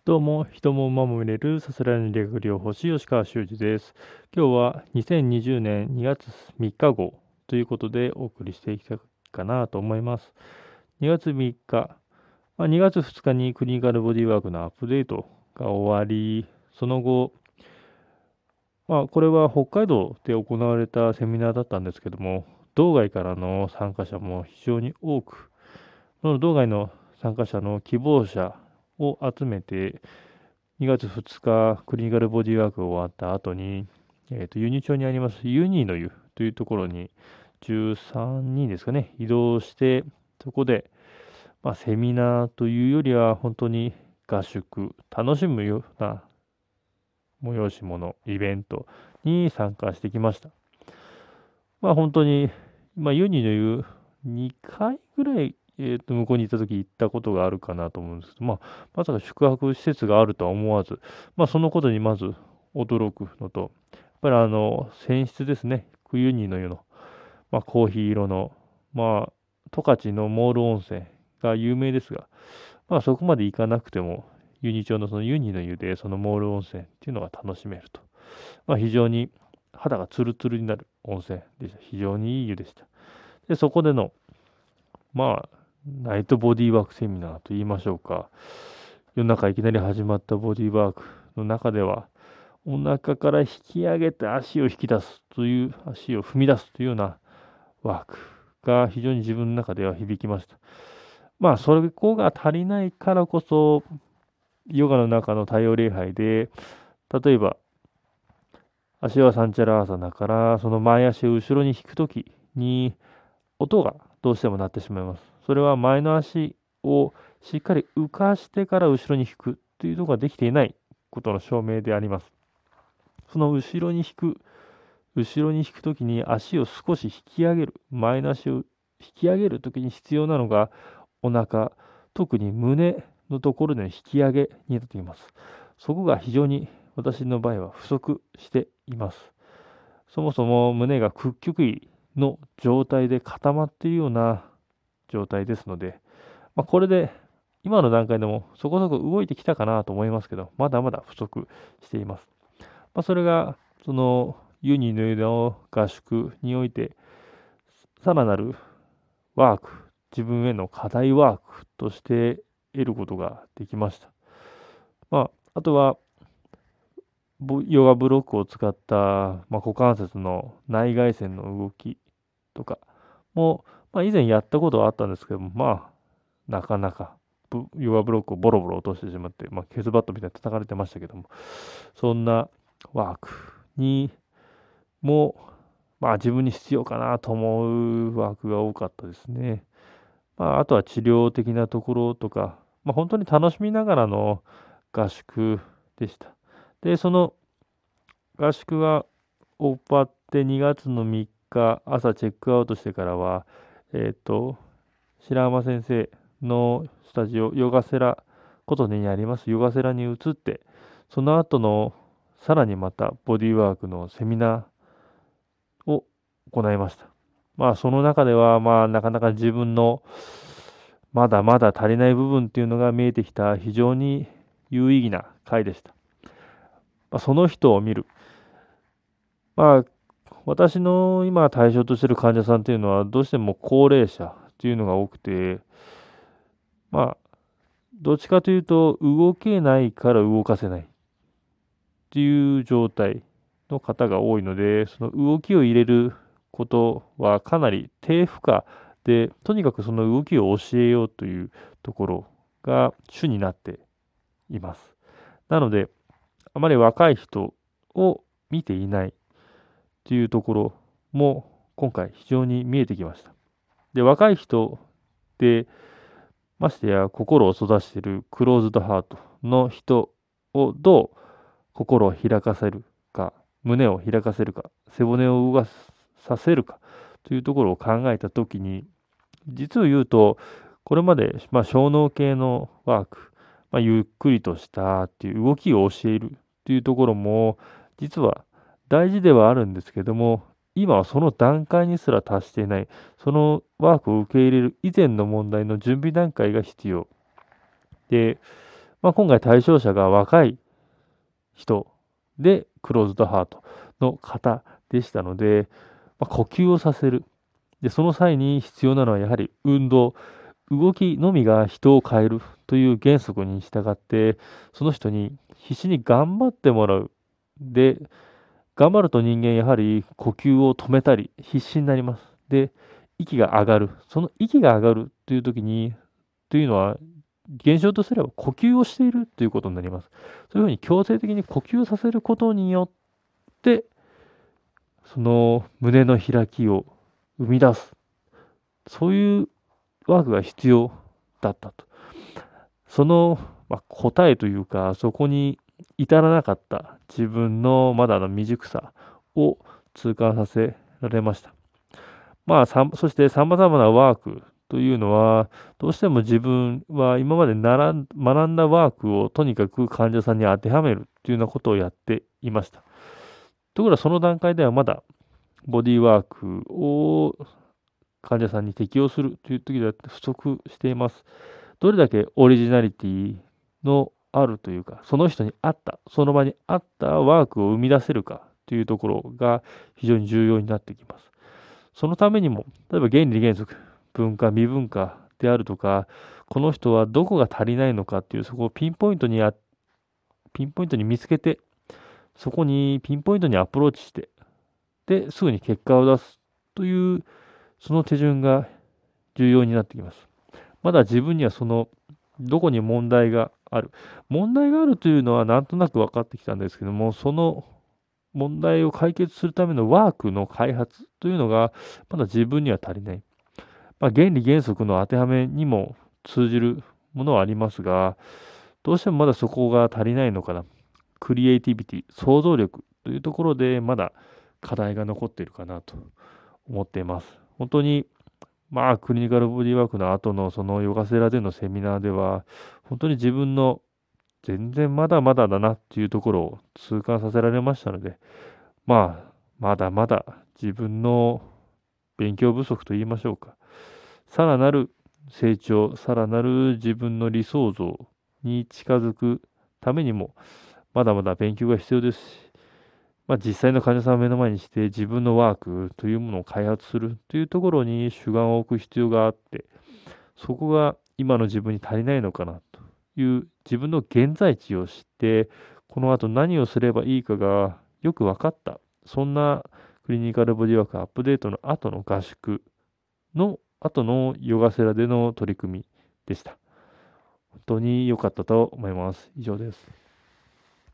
どうも、人も馬も見れるさすらいの理学療法士、吉川修司です。今日は2020年2月3日号ということでお送りしていきたいかなと思います。2月3日、2月2日にクリニカルボディワークのアップデートが終わり、その後、これは北海道で行われたセミナーだったんですけども、道外からの参加者も非常に多く、その道外の参加者の希望者を集めて、2月2日、クリニカルボディワークが終わった後に、ユニ町にありますユニの湯というところに13人ですかね、移動して、そこで、セミナーというよりは本当に合宿、楽しむような催し物、イベントに参加してきました。本当に、ユニの湯2回ぐらい、向こうに行った時行ったことがあるかなと思うんですけど、まさか宿泊施設があるとは思わず、そのことにまず驚くのと、やっぱり泉質ですね、ユニの湯の、コーヒー色の、十勝のモール温泉が有名ですが、そこまで行かなくても、ユニ町のそのユニの湯でそのモール温泉っていうのが楽しめると。非常に肌がツルツルになる温泉でした。非常にいい湯でした。で、そこでの、ナイトボディーワークセミナーと言いましょうか。夜中いきなり始まったボディーワークの中では、お腹から引き上げて足を引き出すという、足を踏み出すというようなワークが非常に自分の中では響きました。それこが足りないからこそ、ヨガの中の太陽礼拝で、例えば、足はサンチャラーサナから、その前足を後ろに引くときに、音がどうしても鳴ってしまいます。それは前の足をしっかり浮かしてから後ろに引くというところができていないことの証明であります。その後ろに引くときに足を少し引き上げる、前の足を引き上げるときに必要なのがお腹、特に胸のところでの引き上げになっています。そこが非常に私の場合は不足しています。そもそも胸が屈曲位の状態で固まっているような状態ですので、これで今の段階でもそこそこ動いてきたかなと思いますけど、まだまだ不足しています。それが、そのユニのの合宿において、さらなるワーク、自分への課題ワークとして得ることができました。あとは、ヨガブロックを使った、股関節の内外旋の動きとかも、以前やったことはあったんですけども、なかなかヨガブロックをボロボロ落としてしまって、ケツバットみたいに叩かれてましたけども、そんなワークにも、自分に必要かなと思うワークが多かったですね。あとは治療的なところとか、本当に楽しみながらの合宿でした。で、その合宿が終わって2月の3日朝チェックアウトしてからは、白浜先生のスタジオ、ヨガセラ、琴音にありますヨガセラに移って、その後のさらにまたボディーワークのセミナーを行いました。その中では、なかなか自分のまだまだ足りない部分っていうのが見えてきた非常に有意義な回でした。その人を見る。私の今対象としている患者さんっていうのはどうしても高齢者っていうのが多くて、どっちかというと動けないから動かせないっていう状態の方が多いので、その動きを入れることはかなり低負荷で、とにかくその動きを教えようというところが主になっています。なので、あまり若い人を見ていないっていうところも今回非常に見えてきました。で、若い人で、ましてや心を育てているクローズドハートの人をどう心を開かせるか、胸を開かせるか、背骨を動かさせるかというところを考えたときに、実を言うと、これまで、小脳系のワーク、ゆっくりとしたっていう動きを教えるっていうところも、実は大事ではあるんですけども、今はその段階にすら達していない、そのワークを受け入れる以前の問題の準備段階が必要。で、 今回対象者が若い人でクローズドハートの方でしたので、呼吸をさせる。で、その際に必要なのはやはり運動。動きのみが人を変えるという原則に従って、その人に必死に頑張ってもらう。で、頑張ると人間やはり呼吸を止めたり必死になります。で、息が上がる。その息が上がるという時に、というのは、現象とすれば呼吸をしているということになります。そういうふうに強制的に呼吸をさせることによって、その胸の開きを生み出す。そういうワークが必要だったと。その、答えというか、そこに至らなかった自分のまだの未熟さを痛感させられました。そして様々なワークというのは、どうしても自分は今まで学んだワークをとにかく患者さんに当てはめるというようなことをやっていました。ところがその段階ではまだボディーワークを患者さんに適用するという時では不足しています。どれだけオリジナリティのあるというか、その人に合った、その場に合ったワークを生み出せるかというところが非常に重要になってきます。そのためにも、例えば原理原則、文化、未文化であるとか、この人はどこが足りないのかっていう、そこをピンポイントに見つけて、そこにピンポイントにアプローチして、で、すぐに結果を出すという、その手順が重要になってきます。まだ自分にはどこに問題がある。問題があるというのはなんとなく分かってきたんですけども、その問題を解決するためのワークの開発というのが、まだ自分には足りない。原理原則の当てはめにも通じるものはありますが、どうしてもまだそこが足りないのかな。クリエイティビティ、想像力というところでまだ課題が残っているかなと思っています。本当にクリニカルボディワークの後のそのヨガセラでのセミナーでは、本当に自分の全然まだまだだなっていうところを痛感させられましたので、まだまだ自分の勉強不足と言いましょうか。さらなる成長、さらなる自分の理想像に近づくためにも、まだまだ勉強が必要ですし、実際の患者さんを目の前にして自分のワークというものを開発するというところに主眼を置く必要があって、そこが今の自分に足りないのかなという自分の現在地を知って、この後何をすればいいかがよく分かった。そんなクリニカルボディワークアップデートの後の合宿の後のヨガセラでの取り組みでした。本当に良かったと思います。以上です。